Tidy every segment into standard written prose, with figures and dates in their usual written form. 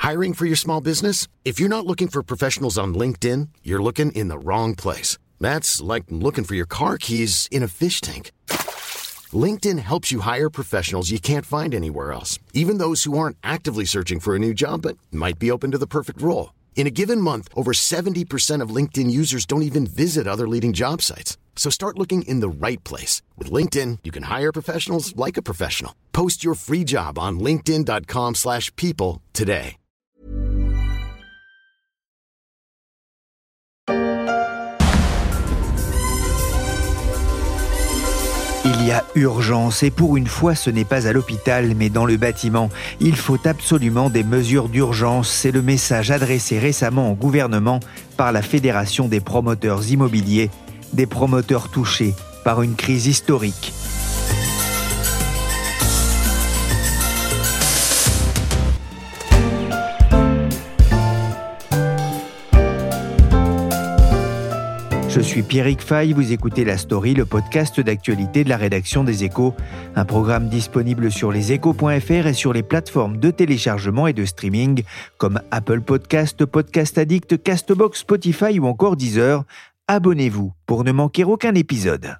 Hiring for your small business? If you're not looking for professionals on LinkedIn, you're looking in the wrong place. That's like looking for your car keys in a fish tank. LinkedIn helps you hire professionals you can't find anywhere else, even those who aren't actively searching for a new job but might be open to the perfect role. In a given month, over 70% of LinkedIn users don't even visit other leading job sites. So start looking in the right place. With LinkedIn, you can hire professionals like a professional. Post your free job on linkedin.com/people today. Il y a urgence et pour une fois ce n'est pas à l'hôpital mais dans le bâtiment. Il faut absolument des mesures d'urgence, c'est le message adressé récemment au gouvernement par la Fédération des promoteurs immobiliers, des promoteurs touchés par une crise historique. Je suis Pierrick Fay, vous écoutez La Story, le podcast d'actualité de la rédaction des Échos. Un programme disponible sur leséchos.fr et sur les plateformes de téléchargement et de streaming comme Apple Podcast, Podcast Addict, Castbox, Spotify ou encore Deezer. Abonnez-vous pour ne manquer aucun épisode.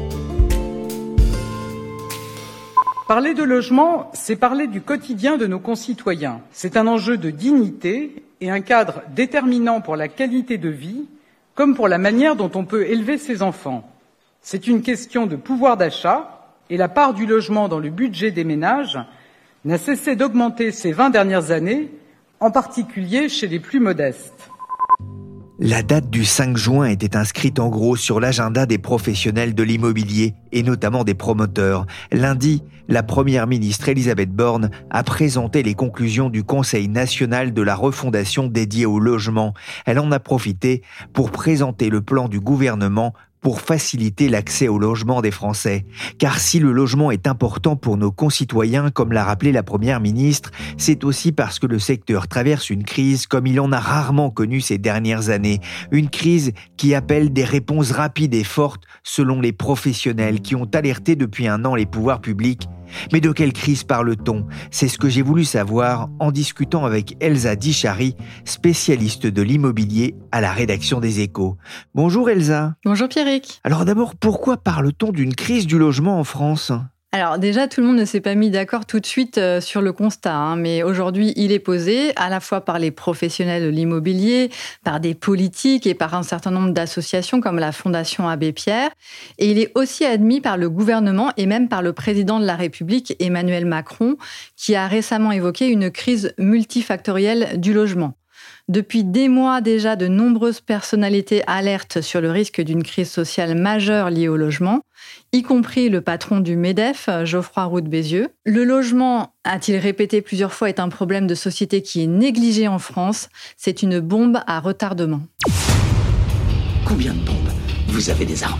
Parler de logement, c'est parler du quotidien de nos concitoyens. C'est un enjeu de dignité et un cadre déterminant pour la qualité de vie, comme pour la manière dont on peut élever ses enfants. C'est une question de pouvoir d'achat et la part du logement dans le budget des ménages n'a cessé d'augmenter ces 20 dernières années, en particulier chez les plus modestes. La date du 5 juin était inscrite en gros sur l'agenda des professionnels de l'immobilier et notamment des promoteurs. Lundi, la première ministre Elisabeth Borne a présenté les conclusions du Conseil national de la refondation dédié au logement. Elle en a profité pour présenter le plan du gouvernement pour faciliter l'accès au logement des Français. Car si le logement est important pour nos concitoyens, comme l'a rappelé la Première ministre, c'est aussi parce que le secteur traverse une crise comme il en a rarement connu ces dernières années. Une crise qui appelle des réponses rapides et fortes selon les professionnels qui ont alerté depuis un an les pouvoirs publics. Mais de quelle crise parle-t-on ? C'est ce que j'ai voulu savoir en discutant avec Elsa Dichary, spécialiste de l'immobilier à la rédaction des Échos. Bonjour Elsa. Bonjour Pierrick. Alors d'abord, pourquoi parle-t-on d'une crise du logement en France ? Alors déjà, tout le monde ne s'est pas mis d'accord tout de suite sur le constat, mais aujourd'hui, il est posé à la fois par les professionnels de l'immobilier, par des politiques et par un certain nombre d'associations comme la Fondation Abbé Pierre. Et il est aussi admis par le gouvernement et même par le président de la République, Emmanuel Macron, qui a récemment évoqué une crise multifactorielle du logement. Depuis des mois déjà, de nombreuses personnalités alertent sur le risque d'une crise sociale majeure liée au logement, y compris le patron du MEDEF, Geoffroy Roux de Bézieux. Le logement, a-t-il répété plusieurs fois, est un problème de société qui est négligé en France. C'est une bombe à retardement. Combien de bombes vous avez désarmées ?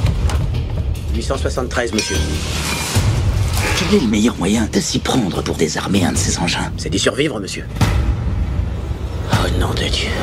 873, monsieur. Quel est le meilleur moyen de s'y prendre pour désarmer un de ces engins ? C'est d'y survivre, monsieur. Oh nom de Dieu.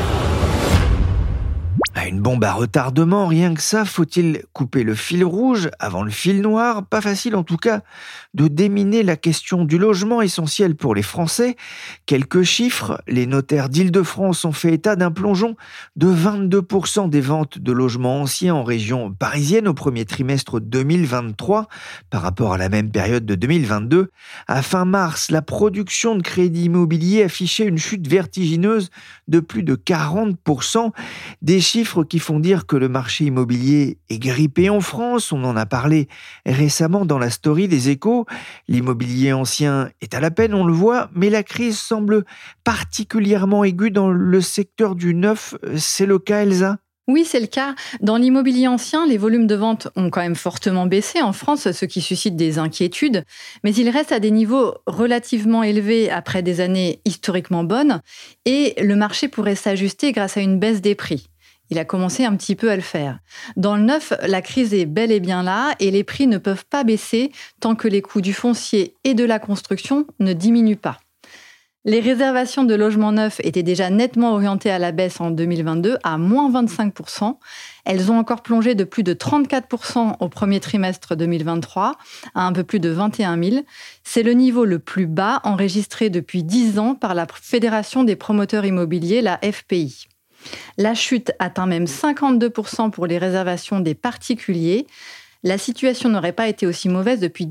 Une bombe à retardement, rien que ça, faut-il couper le fil rouge avant le fil noir ? Pas facile en tout cas de déminer la question du logement essentiel pour les Français. Quelques chiffres, les notaires d'Île-de-France ont fait état d'un plongeon de 22% des ventes de logements anciens en région parisienne au premier trimestre 2023 par rapport à la même période de 2022. À fin mars, la production de crédit immobilier affichait une chute vertigineuse de plus de 40%. Des chiffres qui font dire que le marché immobilier est grippé en France. On en a parlé récemment dans la story des Échos. L'immobilier ancien est à la peine, on le voit, mais la crise semble particulièrement aiguë dans le secteur du neuf. C'est le cas, Elsa ? Oui, c'est le cas. Dans l'immobilier ancien, les volumes de vente ont quand même fortement baissé en France, ce qui suscite des inquiétudes. Mais ils restent à des niveaux relativement élevés après des années historiquement bonnes. Et le marché pourrait s'ajuster grâce à une baisse des prix. Il a commencé un petit peu à le faire. Dans le neuf, la crise est bel et bien là et les prix ne peuvent pas baisser tant que les coûts du foncier et de la construction ne diminuent pas. Les réservations de logements neufs étaient déjà nettement orientées à la baisse en 2022, à moins 25%. Elles ont encore plongé de plus de 34% au premier trimestre 2023, à un peu plus de 21 000. C'est le niveau le plus bas enregistré depuis 10 ans par la Fédération des promoteurs immobiliers, la FPI. La chute atteint même 52% pour les réservations des particuliers. La situation n'aurait pas été aussi mauvaise depuis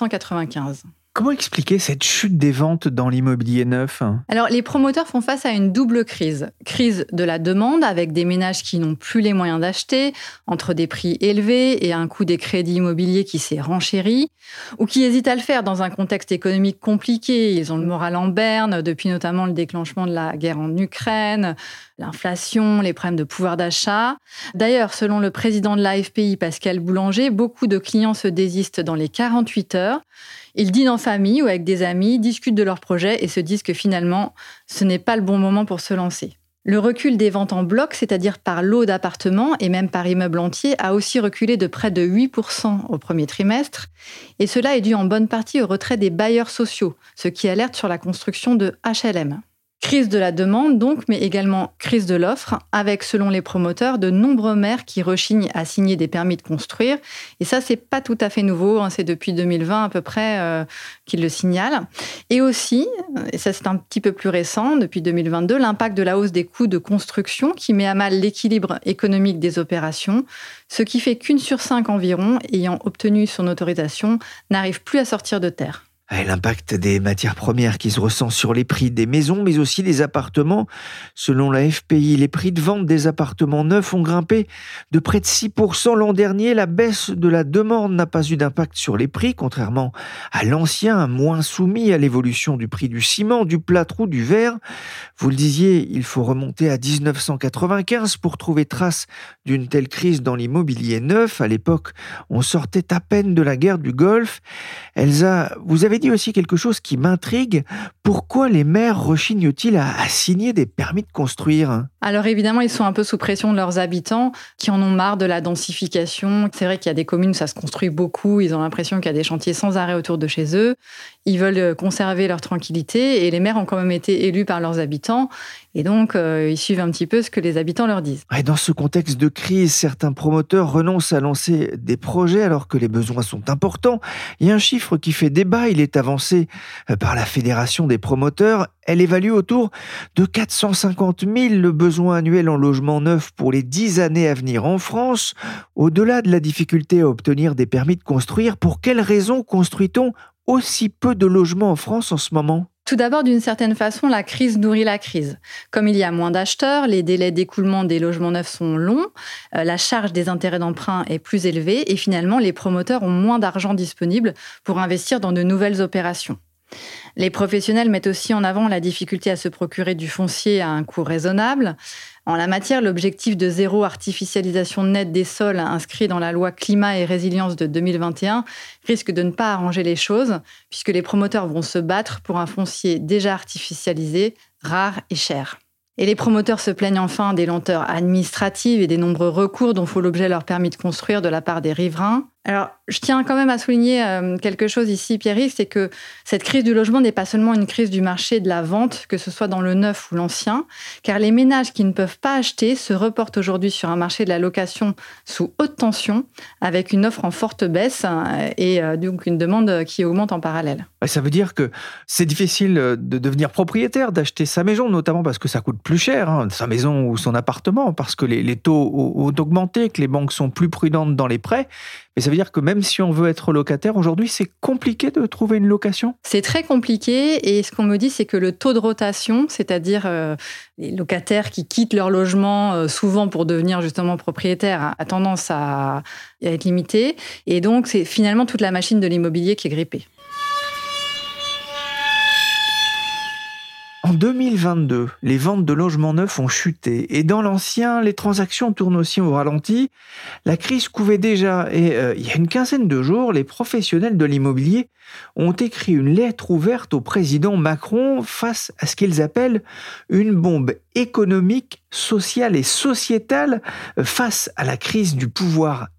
1995. Comment expliquer cette chute des ventes dans l'immobilier neuf ? Alors, les promoteurs font face à une double crise. Crise de la demande, avec des ménages qui n'ont plus les moyens d'acheter, entre des prix élevés et un coût des crédits immobiliers qui s'est renchéri, ou qui hésitent à le faire dans un contexte économique compliqué. Ils ont le moral en berne, depuis notamment le déclenchement de la guerre en Ukraine, l'inflation, les problèmes de pouvoir d'achat. D'ailleurs, selon le président de la FPI, Pascal Boulanger, beaucoup de clients se désistent dans les 48 heures. Ils dînent en famille ou avec des amis, discutent de leurs projets et se disent que finalement, ce n'est pas le bon moment pour se lancer. Le recul des ventes en bloc, c'est-à-dire par lot d'appartements et même par immeuble entier, a aussi reculé de près de 8% au premier trimestre. Et cela est dû en bonne partie au retrait des bailleurs sociaux, ce qui alerte sur la construction de HLM. Crise de la demande donc, mais également crise de l'offre, avec, selon les promoteurs, de nombreux maires qui rechignent à signer des permis de construire. Et ça, c'est pas tout à fait nouveau, c'est depuis 2020 à peu près qu'ils le signalent. Et aussi, et ça c'est un petit peu plus récent, depuis 2022, l'impact de la hausse des coûts de construction qui met à mal l'équilibre économique des opérations, ce qui fait qu'1 sur 5 environ, ayant obtenu son autorisation, n'arrive plus à sortir de terre. Et l'impact des matières premières qui se ressent sur les prix des maisons, mais aussi des appartements. Selon la FPI, les prix de vente des appartements neufs ont grimpé de près de 6% l'an dernier. La baisse de la demande n'a pas eu d'impact sur les prix, contrairement à l'ancien, moins soumis à l'évolution du prix du ciment, du plâtre ou du verre. Vous le disiez, il faut remonter à 1995 pour trouver trace d'une telle crise dans l'immobilier neuf. À l'époque, on sortait à peine de la guerre du Golfe. Elsa, vous avez dit aussi quelque chose qui m'intrigue. Pourquoi les maires rechignent-ils à signer des permis de construire ? Alors évidemment, ils sont un peu sous pression de leurs habitants qui en ont marre de la densification. C'est vrai qu'il y a des communes où ça se construit beaucoup. Ils ont l'impression qu'il y a des chantiers sans arrêt autour de chez eux. Ils veulent conserver leur tranquillité et les maires ont quand même été élus par leurs habitants. Et donc, ils suivent un petit peu ce que les habitants leur disent. Et dans ce contexte de crise, certains promoteurs renoncent à lancer des projets alors que les besoins sont importants. Il y a un chiffre qui fait débat. Il est avancé par la Fédération des promoteurs. Elle évalue autour de 450 000 le besoin annuel en logement neuf pour les 10 années à venir en France. Au-delà de la difficulté à obtenir des permis de construire, pour quelles raisons construit-on aussi peu de logements en France en ce moment ? Tout d'abord, d'une certaine façon, la crise nourrit la crise. Comme il y a moins d'acheteurs, les délais d'écoulement des logements neufs sont longs, la charge des intérêts d'emprunt est plus élevée et finalement, les promoteurs ont moins d'argent disponible pour investir dans de nouvelles opérations. Les professionnels mettent aussi en avant la difficulté à se procurer du foncier à un coût raisonnable. En la matière, l'objectif de zéro artificialisation nette des sols inscrit dans la loi climat et résilience de 2021 risque de ne pas arranger les choses, puisque les promoteurs vont se battre pour un foncier déjà artificialisé, rare et cher. Et les promoteurs se plaignent enfin des lenteurs administratives et des nombreux recours dont font l'objet leur permis de construire de la part des riverains. Alors, je tiens quand même à souligner quelque chose ici, Pierrick, c'est que cette crise du logement n'est pas seulement une crise du marché de la vente, que ce soit dans le neuf ou l'ancien, car les ménages qui ne peuvent pas acheter se reportent aujourd'hui sur un marché de la location sous haute tension, avec une offre en forte baisse et donc une demande qui augmente en parallèle. Ça veut dire que c'est difficile de devenir propriétaire, d'acheter sa maison, notamment parce que ça coûte plus cher, sa maison ou son appartement, parce que les taux ont augmenté, que les banques sont plus prudentes dans les prêts. Mais ça veut dire que même si on veut être locataire, aujourd'hui, c'est compliqué de trouver une location ? C'est très compliqué et ce qu'on me dit, c'est que le taux de rotation, c'est-à-dire les locataires qui quittent leur logement souvent pour devenir justement propriétaires, a tendance à être limité. Et donc, c'est finalement toute la machine de l'immobilier qui est grippée. En 2022, les ventes de logements neufs ont chuté et dans l'ancien, les transactions tournent aussi au ralenti. La crise couvait déjà et il y a une quinzaine de jours, les professionnels de l'immobilier ont écrit une lettre ouverte au président Macron face à ce qu'ils appellent une bombe économique, sociale et sociétale face à la crise du pouvoir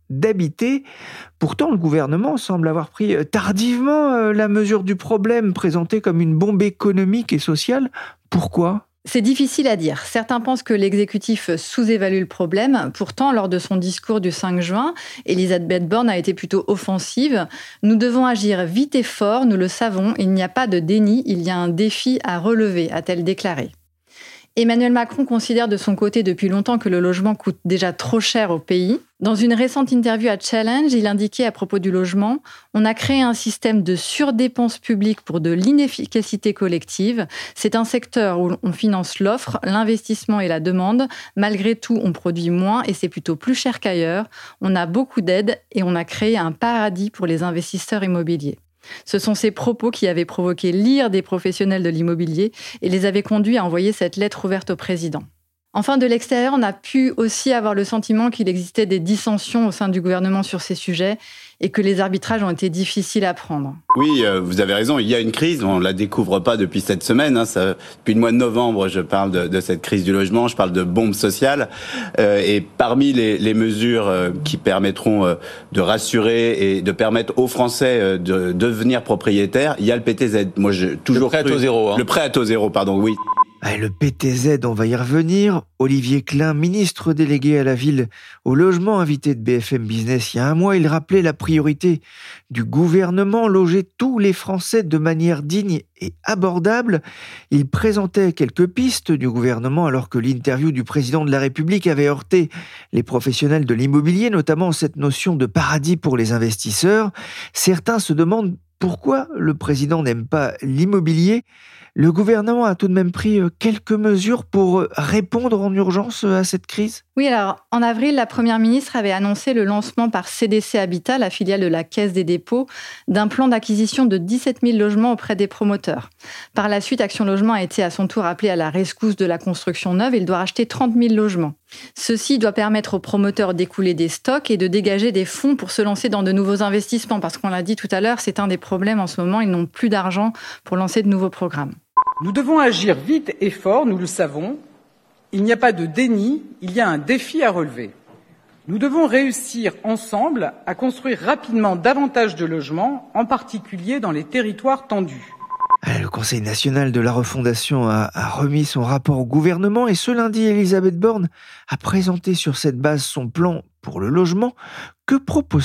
d'habiter. Pourtant, le gouvernement semble avoir pris tardivement la mesure du problème, présenté comme une bombe économique et sociale. Pourquoi ? C'est difficile à dire. Certains pensent que l'exécutif sous-évalue le problème. Pourtant, lors de son discours du 5 juin, Elisabeth Borne a été plutôt offensive. « Nous devons agir vite et fort, nous le savons. Il n'y a pas de déni, il y a un défi à relever », a-t-elle déclaré. Emmanuel Macron considère de son côté depuis longtemps que le logement coûte déjà trop cher au pays. Dans une récente interview à Challenge, il indiquait à propos du logement « On a créé un système de surdépenses publiques pour de l'inefficacité collective. C'est un secteur où on finance l'offre, l'investissement et la demande. Malgré tout, on produit moins et c'est plutôt plus cher qu'ailleurs. On a beaucoup d'aides et on a créé un paradis pour les investisseurs immobiliers. » Ce sont ces propos qui avaient provoqué l'ire des professionnels de l'immobilier et les avaient conduits à envoyer cette lettre ouverte au président. Enfin, de l'extérieur, on a pu aussi avoir le sentiment qu'il existait des dissensions au sein du gouvernement sur ces sujets et que les arbitrages ont été difficiles à prendre. Oui, vous avez raison, il y a une crise, on ne la découvre pas depuis cette semaine. Depuis le mois de novembre, je parle de cette crise du logement, je parle de bombe sociale. Et parmi les mesures qui permettront de rassurer et de permettre aux Français de devenir propriétaires, il y a le PTZ. Moi, j'ai toujours le prêt à taux zéro. Le prêt à taux zéro, pardon, oui. Le PTZ, on va y revenir. Olivier Klein, ministre délégué à la ville au logement, invité de BFM Business il y a un mois, il rappelait la priorité du gouvernement, loger tous les Français de manière digne et abordable. Il présentait quelques pistes du gouvernement alors que l'interview du président de la République avait heurté les professionnels de l'immobilier, notamment cette notion de paradis pour les investisseurs. Certains se demandent pourquoi le président n'aime pas l'immobilier. Le gouvernement a tout de même pris quelques mesures pour répondre en urgence à cette crise ? Oui, alors en avril, la Première ministre avait annoncé le lancement par CDC Habitat, la filiale de la Caisse des dépôts, d'un plan d'acquisition de 17 000 logements auprès des promoteurs. Par la suite, Action Logement a été à son tour appelé à la rescousse de la construction neuve. Il doit racheter 30 000 logements. Ceci doit permettre aux promoteurs d'écouler des stocks et de dégager des fonds pour se lancer dans de nouveaux investissements. Parce qu'on l'a dit tout à l'heure, c'est un des problèmes en ce moment. Ils n'ont plus d'argent pour lancer de nouveaux programmes. Nous devons agir vite et fort, nous le savons. Il n'y a pas de déni, il y a un défi à relever. Nous devons réussir ensemble à construire rapidement davantage de logements, en particulier dans les territoires tendus. Le Conseil national de la refondation a remis son rapport au gouvernement et ce lundi, Elisabeth Borne a présenté sur cette base son plan pour le logement. Que propose-t-elle ?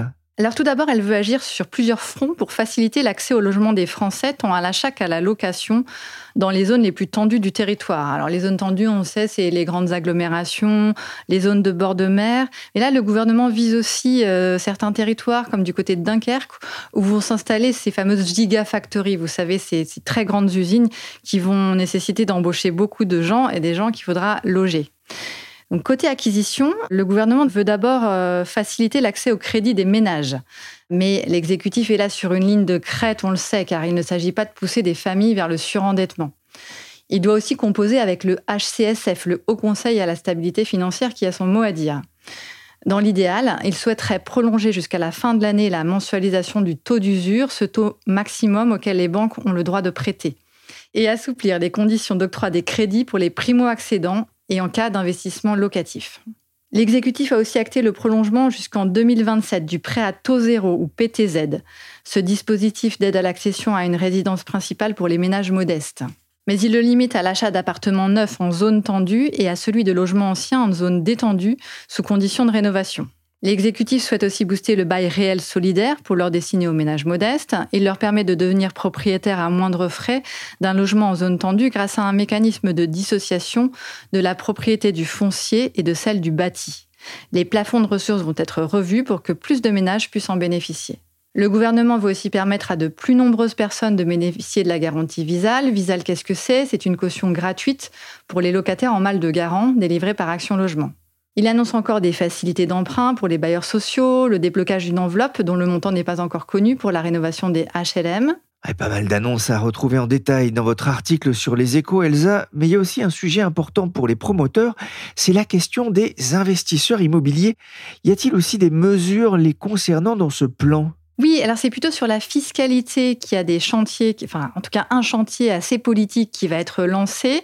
Alors tout d'abord, elle veut agir sur plusieurs fronts pour faciliter l'accès au logement des Français, tant à l'achat qu'à la location, dans les zones les plus tendues du territoire. Alors les zones tendues, on sait, c'est les grandes agglomérations, les zones de bord de mer. Et là, le gouvernement vise aussi certains territoires, comme du côté de Dunkerque, où vont s'installer ces fameuses gigafactories. Vous savez, ces très grandes usines qui vont nécessiter d'embaucher beaucoup de gens et des gens qu'il faudra loger. Donc, côté acquisition, le gouvernement veut d'abord faciliter l'accès au crédit des ménages. Mais l'exécutif est là sur une ligne de crête, on le sait, car il ne s'agit pas de pousser des familles vers le surendettement. Il doit aussi composer avec le HCSF, le Haut Conseil à la stabilité financière, qui a son mot à dire. Dans l'idéal, il souhaiterait prolonger jusqu'à la fin de l'année la mensualisation du taux d'usure, ce taux maximum auquel les banques ont le droit de prêter, et assouplir les conditions d'octroi des crédits pour les primo-accédants et en cas d'investissement locatif. L'exécutif a aussi acté le prolongement jusqu'en 2027 du prêt à taux zéro ou PTZ, ce dispositif d'aide à l'accession à une résidence principale pour les ménages modestes. Mais il le limite à l'achat d'appartements neufs en zone tendue et à celui de logements anciens en zone détendue sous condition de rénovation. L'exécutif souhaite aussi booster le bail réel solidaire pour leur destiner aux ménages modestes. Il leur permet de devenir propriétaires à moindre frais d'un logement en zone tendue grâce à un mécanisme de dissociation de la propriété du foncier et de celle du bâti. Les plafonds de ressources vont être revus pour que plus de ménages puissent en bénéficier. Le gouvernement veut aussi permettre à de plus nombreuses personnes de bénéficier de la garantie Visale. Visale, qu'est-ce que c'est ? C'est une caution gratuite pour les locataires en mal de garant délivrée par Action Logement. Il annonce encore des facilités d'emprunt pour les bailleurs sociaux, le déblocage d'une enveloppe dont le montant n'est pas encore connu pour la rénovation des HLM. Pas mal d'annonces à retrouver en détail dans votre article sur Les Échos, Elsa, mais il y a aussi un sujet important pour les promoteurs, c'est la question des investisseurs immobiliers. Y a-t-il aussi des mesures les concernant dans ce plan ? Oui, alors c'est plutôt sur la fiscalité qu'il y a des chantiers, en tout cas un chantier assez politique qui va être lancé.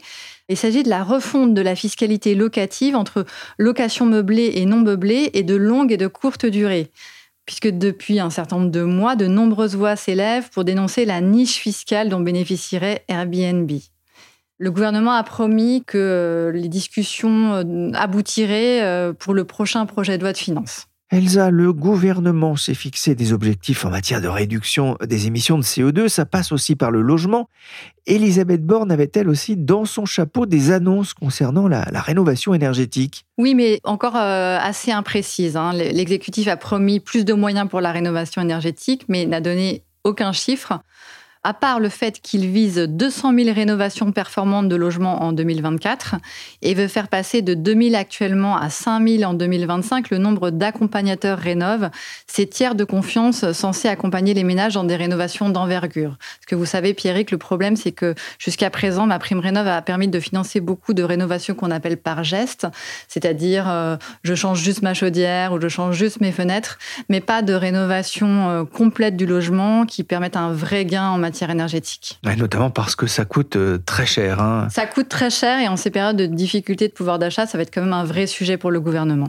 Il s'agit de la refonte de la fiscalité locative entre location meublée et non meublée et de longue et de courte durée. Puisque depuis un certain nombre de mois, de nombreuses voix s'élèvent pour dénoncer la niche fiscale dont bénéficierait Airbnb. Le gouvernement a promis que les discussions aboutiraient pour le prochain projet de loi de finances. Elsa, le gouvernement s'est fixé des objectifs en matière de réduction des émissions de CO2. Ça passe aussi par le logement. Elisabeth Borne avait-elle aussi dans son chapeau des annonces concernant la rénovation énergétique ? Oui, mais encore assez imprécises. L'exécutif a promis plus de moyens pour la rénovation énergétique, mais n'a donné aucun chiffre. À part le fait qu'il vise 200 000 rénovations performantes de logements en 2024 et veut faire passer de 2 000 actuellement à 5 000 en 2025 le nombre d'accompagnateurs Rénov', ces tiers de confiance censés accompagner les ménages dans des rénovations d'envergure. Parce que vous savez, Pierrick, le problème, c'est que jusqu'à présent, MaPrimeRénov' a permis de financer beaucoup de rénovations qu'on appelle par geste, c'est-à-dire je change juste ma chaudière ou je change juste mes fenêtres, mais pas de rénovation complète du logement qui permettent un vrai gain en matière énergétique. Ouais, notamment parce que ça coûte très cher. Ça coûte très cher et en ces périodes de difficulté de pouvoir d'achat, ça va être quand même un vrai sujet pour le gouvernement.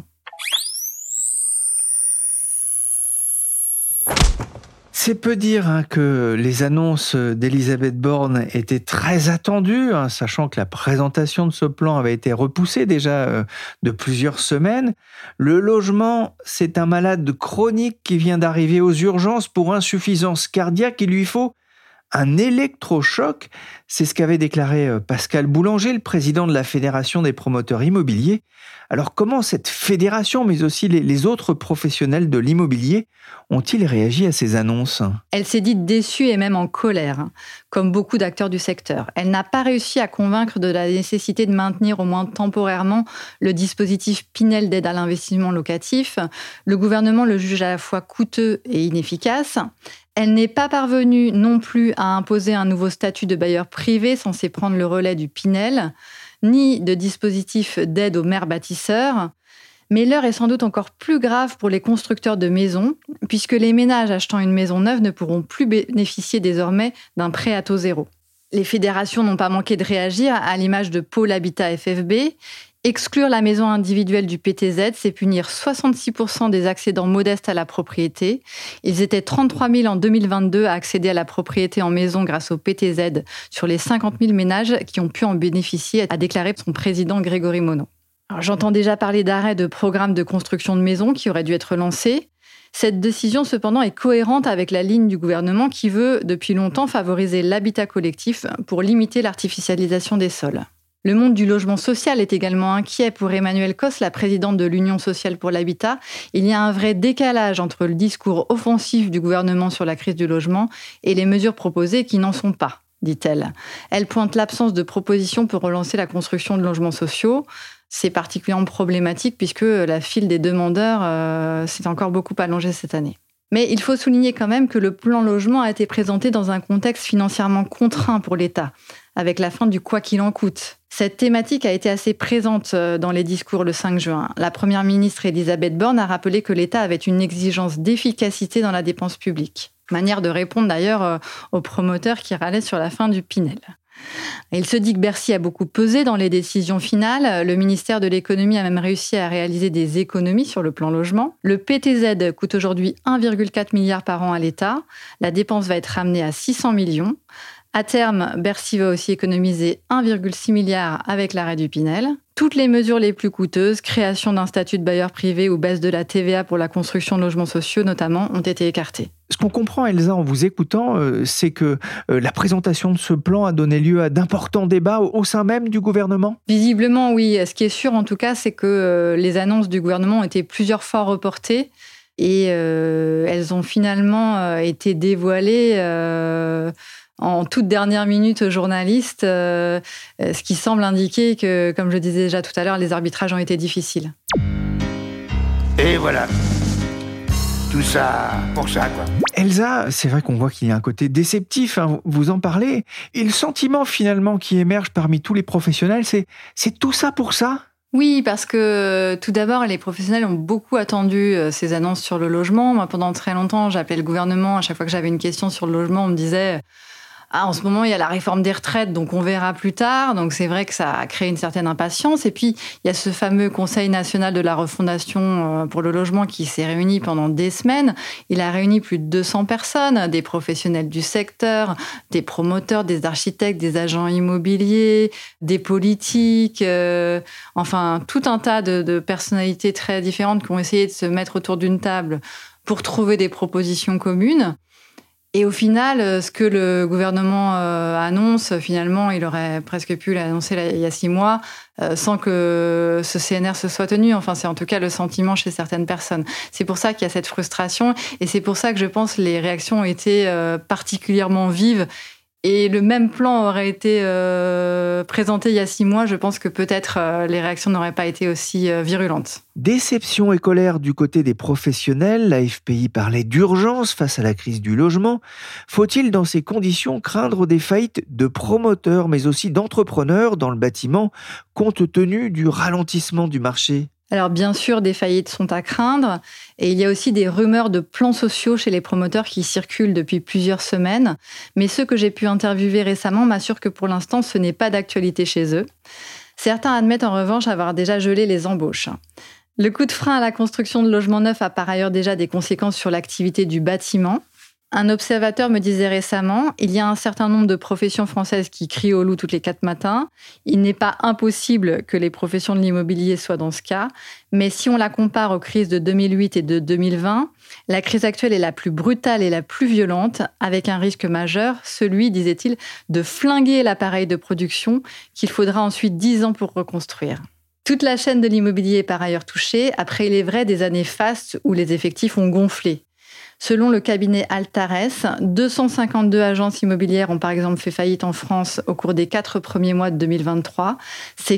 C'est peu dire que les annonces d'Elisabeth Borne étaient très attendues, sachant que la présentation de ce plan avait été repoussée déjà de plusieurs semaines. Le logement, c'est un malade chronique qui vient d'arriver aux urgences pour insuffisance cardiaque. Il lui faut un électrochoc. C'est ce qu'avait déclaré Pascal Boulanger, le président de la Fédération des promoteurs immobiliers. Alors comment cette fédération, mais aussi les autres professionnels de l'immobilier, ont-ils réagi à ces annonces ? Elle s'est dite déçue et même en colère, comme beaucoup d'acteurs du secteur. Elle n'a pas réussi à convaincre de la nécessité de maintenir au moins temporairement le dispositif Pinel d'aide à l'investissement locatif. Le gouvernement le juge à la fois coûteux et inefficace. Elle n'est pas parvenue non plus à imposer un nouveau statut de bailleur privé censé prendre le relais du Pinel, ni de dispositif d'aide aux maires bâtisseurs. Mais l'heure est sans doute encore plus grave pour les constructeurs de maisons, puisque les ménages achetant une maison neuve ne pourront plus bénéficier désormais d'un prêt à taux zéro. Les fédérations n'ont pas manqué de réagir, à l'image de Pôle Habitat FFB. Exclure la maison individuelle du PTZ, c'est punir 66% des accédants modestes à la propriété. Ils étaient 33 000 en 2022 à accéder à la propriété en maison grâce au PTZ sur les 50 000 ménages qui ont pu en bénéficier, a déclaré son président Grégory Monod. Alors, j'entends déjà parler d'arrêt de programmes de construction de maisons qui auraient dû être lancés. Cette décision, cependant, est cohérente avec la ligne du gouvernement qui veut, depuis longtemps, favoriser l'habitat collectif pour limiter l'artificialisation des sols. Le monde du logement social est également inquiet. Pour Emmanuelle Cos, la présidente de l'Union sociale pour l'habitat, il y a un vrai décalage entre le discours offensif du gouvernement sur la crise du logement et les mesures proposées qui n'en sont pas, dit-elle. Elle pointe l'absence de propositions pour relancer la construction de logements sociaux. C'est particulièrement problématique puisque la file des demandeurs s'est encore beaucoup allongée cette année. Mais il faut souligner quand même que le plan logement a été présenté dans un contexte financièrement contraint pour l'État, avec la fin du « quoi qu'il en coûte ». Cette thématique a été assez présente dans les discours le 5 juin. La première ministre Elisabeth Borne a rappelé que l'État avait une exigence d'efficacité dans la dépense publique. Manière de répondre d'ailleurs aux promoteurs qui râlaient sur la fin du Pinel. Il se dit que Bercy a beaucoup pesé dans les décisions finales. Le ministère de l'économie a même réussi à réaliser des économies sur le plan logement. Le PTZ coûte aujourd'hui 1,4 milliard par an à l'État. La dépense va être ramenée à 600 millions. À terme, Bercy va aussi économiser 1,6 milliard avec l'arrêt du Pinel. Toutes les mesures les plus coûteuses, création d'un statut de bailleur privé ou baisse de la TVA pour la construction de logements sociaux notamment, ont été écartées. Ce qu'on comprend, Elsa, en vous écoutant, c'est que la présentation de ce plan a donné lieu à d'importants débats au sein même du gouvernement ? Visiblement, oui. Ce qui est sûr, en tout cas, c'est que les annonces du gouvernement ont été plusieurs fois reportées et elles ont finalement été dévoilées en toute dernière minute aux journalistes, ce qui semble indiquer que, comme je le disais déjà tout à l'heure, les arbitrages ont été difficiles. Et voilà. Tout ça pour ça, quoi. Elsa, c'est vrai qu'on voit qu'il y a un côté déceptif, vous en parlez. Et le sentiment finalement qui émerge parmi tous les professionnels, c'est tout ça pour ça ? Oui, parce que tout d'abord, les professionnels ont beaucoup attendu ces annonces sur le logement. Moi, pendant très longtemps, j'appelais le gouvernement. À chaque fois que j'avais une question sur le logement, on me disait en ce moment, il y a la réforme des retraites, donc on verra plus tard. Donc c'est vrai que ça a créé une certaine impatience. Et puis, il y a ce fameux Conseil national de la refondation pour le logement qui s'est réuni pendant des semaines. Il a réuni plus de 200 personnes, des professionnels du secteur, des promoteurs, des architectes, des agents immobiliers, des politiques, enfin tout un tas de personnalités très différentes qui ont essayé de se mettre autour d'une table pour trouver des propositions communes. Et au final, ce que le gouvernement annonce, finalement, il aurait presque pu l'annoncer il y a 6 mois sans que ce CNR se soit tenu. Enfin, c'est en tout cas le sentiment chez certaines personnes. C'est pour ça qu'il y a cette frustration et c'est pour ça que je pense que les réactions ont été particulièrement vives. Et le même plan aurait été présenté il y a 6 mois, je pense que peut-être les réactions n'auraient pas été aussi virulentes. Déception et colère du côté des professionnels, la FPI parlait d'urgence face à la crise du logement. Faut-il dans ces conditions craindre des faillites de promoteurs mais aussi d'entrepreneurs dans le bâtiment compte tenu du ralentissement du marché ? Alors bien sûr, des faillites sont à craindre et il y a aussi des rumeurs de plans sociaux chez les promoteurs qui circulent depuis plusieurs semaines. Mais ceux que j'ai pu interviewer récemment m'assurent que pour l'instant, ce n'est pas d'actualité chez eux. Certains admettent en revanche avoir déjà gelé les embauches. Le coup de frein à la construction de logements neufs a par ailleurs déjà des conséquences sur l'activité du bâtiment. Un observateur me disait récemment, il y a un certain nombre de professions françaises qui crient au loup toutes les 4 matins. Il n'est pas impossible que les professions de l'immobilier soient dans ce cas. Mais si on la compare aux crises de 2008 et de 2020, la crise actuelle est la plus brutale et la plus violente, avec un risque majeur, celui, disait-il, de flinguer l'appareil de production qu'il faudra ensuite 10 ans pour reconstruire. Toute la chaîne de l'immobilier est par ailleurs touchée, après il est vrai des années fastes où les effectifs ont gonflé. Selon le cabinet Altares, 252 agences immobilières ont par exemple fait faillite en France au cours des 4 premiers mois de 2023. C'est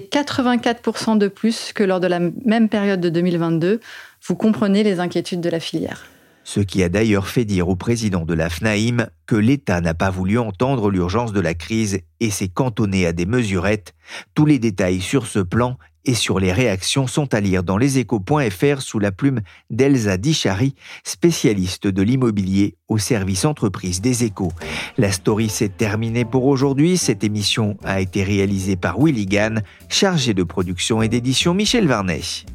84% de plus que lors de la même période de 2022. Vous comprenez les inquiétudes de la filière. Ce qui a d'ailleurs fait dire au président de la FNAIM que l'État n'a pas voulu entendre l'urgence de la crise et s'est cantonné à des mesurettes. Tous les détails sur ce plan et sur les réactions sont à lire dans leséchos.fr sous la plume d'Elsa Dichary, spécialiste de l'immobilier au service entreprise des Échos. La story s'est terminée pour aujourd'hui. Cette émission a été réalisée par Willy Gann, chargé de production et d'édition Michel Varnet.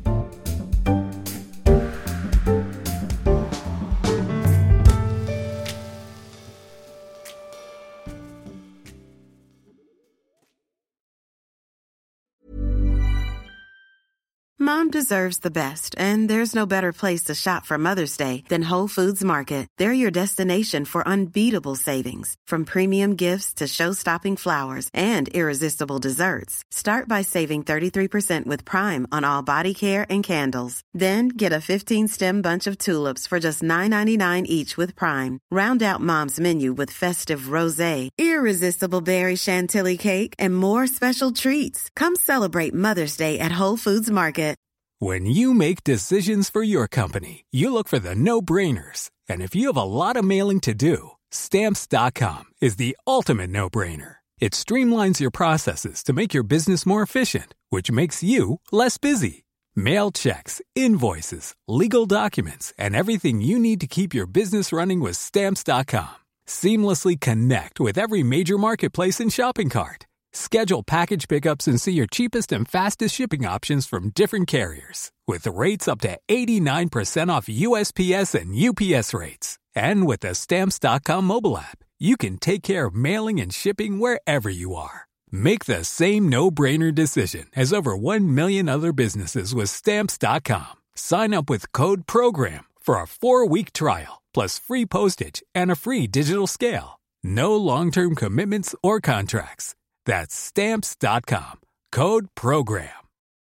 Mom deserves the best, and there's no better place to shop for Mother's Day than Whole Foods Market. They're your destination for unbeatable savings, from premium gifts to show-stopping flowers and irresistible desserts. Start by saving 33% with Prime on all body care and candles. Then get a 15-stem bunch of tulips for just $9.99 each with Prime. Round out Mom's menu with festive rosé, irresistible berry chantilly cake, and more special treats. Come celebrate Mother's Day at Whole Foods Market. When you make decisions for your company, you look for the no-brainers. And if you have a lot of mailing to do, Stamps.com is the ultimate no-brainer. It streamlines your processes to make your business more efficient, which makes you less busy. Mail checks, invoices, legal documents, and everything you need to keep your business running with Stamps.com. Seamlessly connect with every major marketplace and shopping cart. Schedule package pickups and see your cheapest and fastest shipping options from different carriers. With rates up to 89% off USPS and UPS rates. And with the Stamps.com mobile app, you can take care of mailing and shipping wherever you are. Make the same no-brainer decision as over 1 million other businesses with Stamps.com. Sign up with code PROGRAM for a 4-week trial, plus free postage and a free digital scale. No long-term commitments or contracts. That's Stamps.com. Code PROGRAM.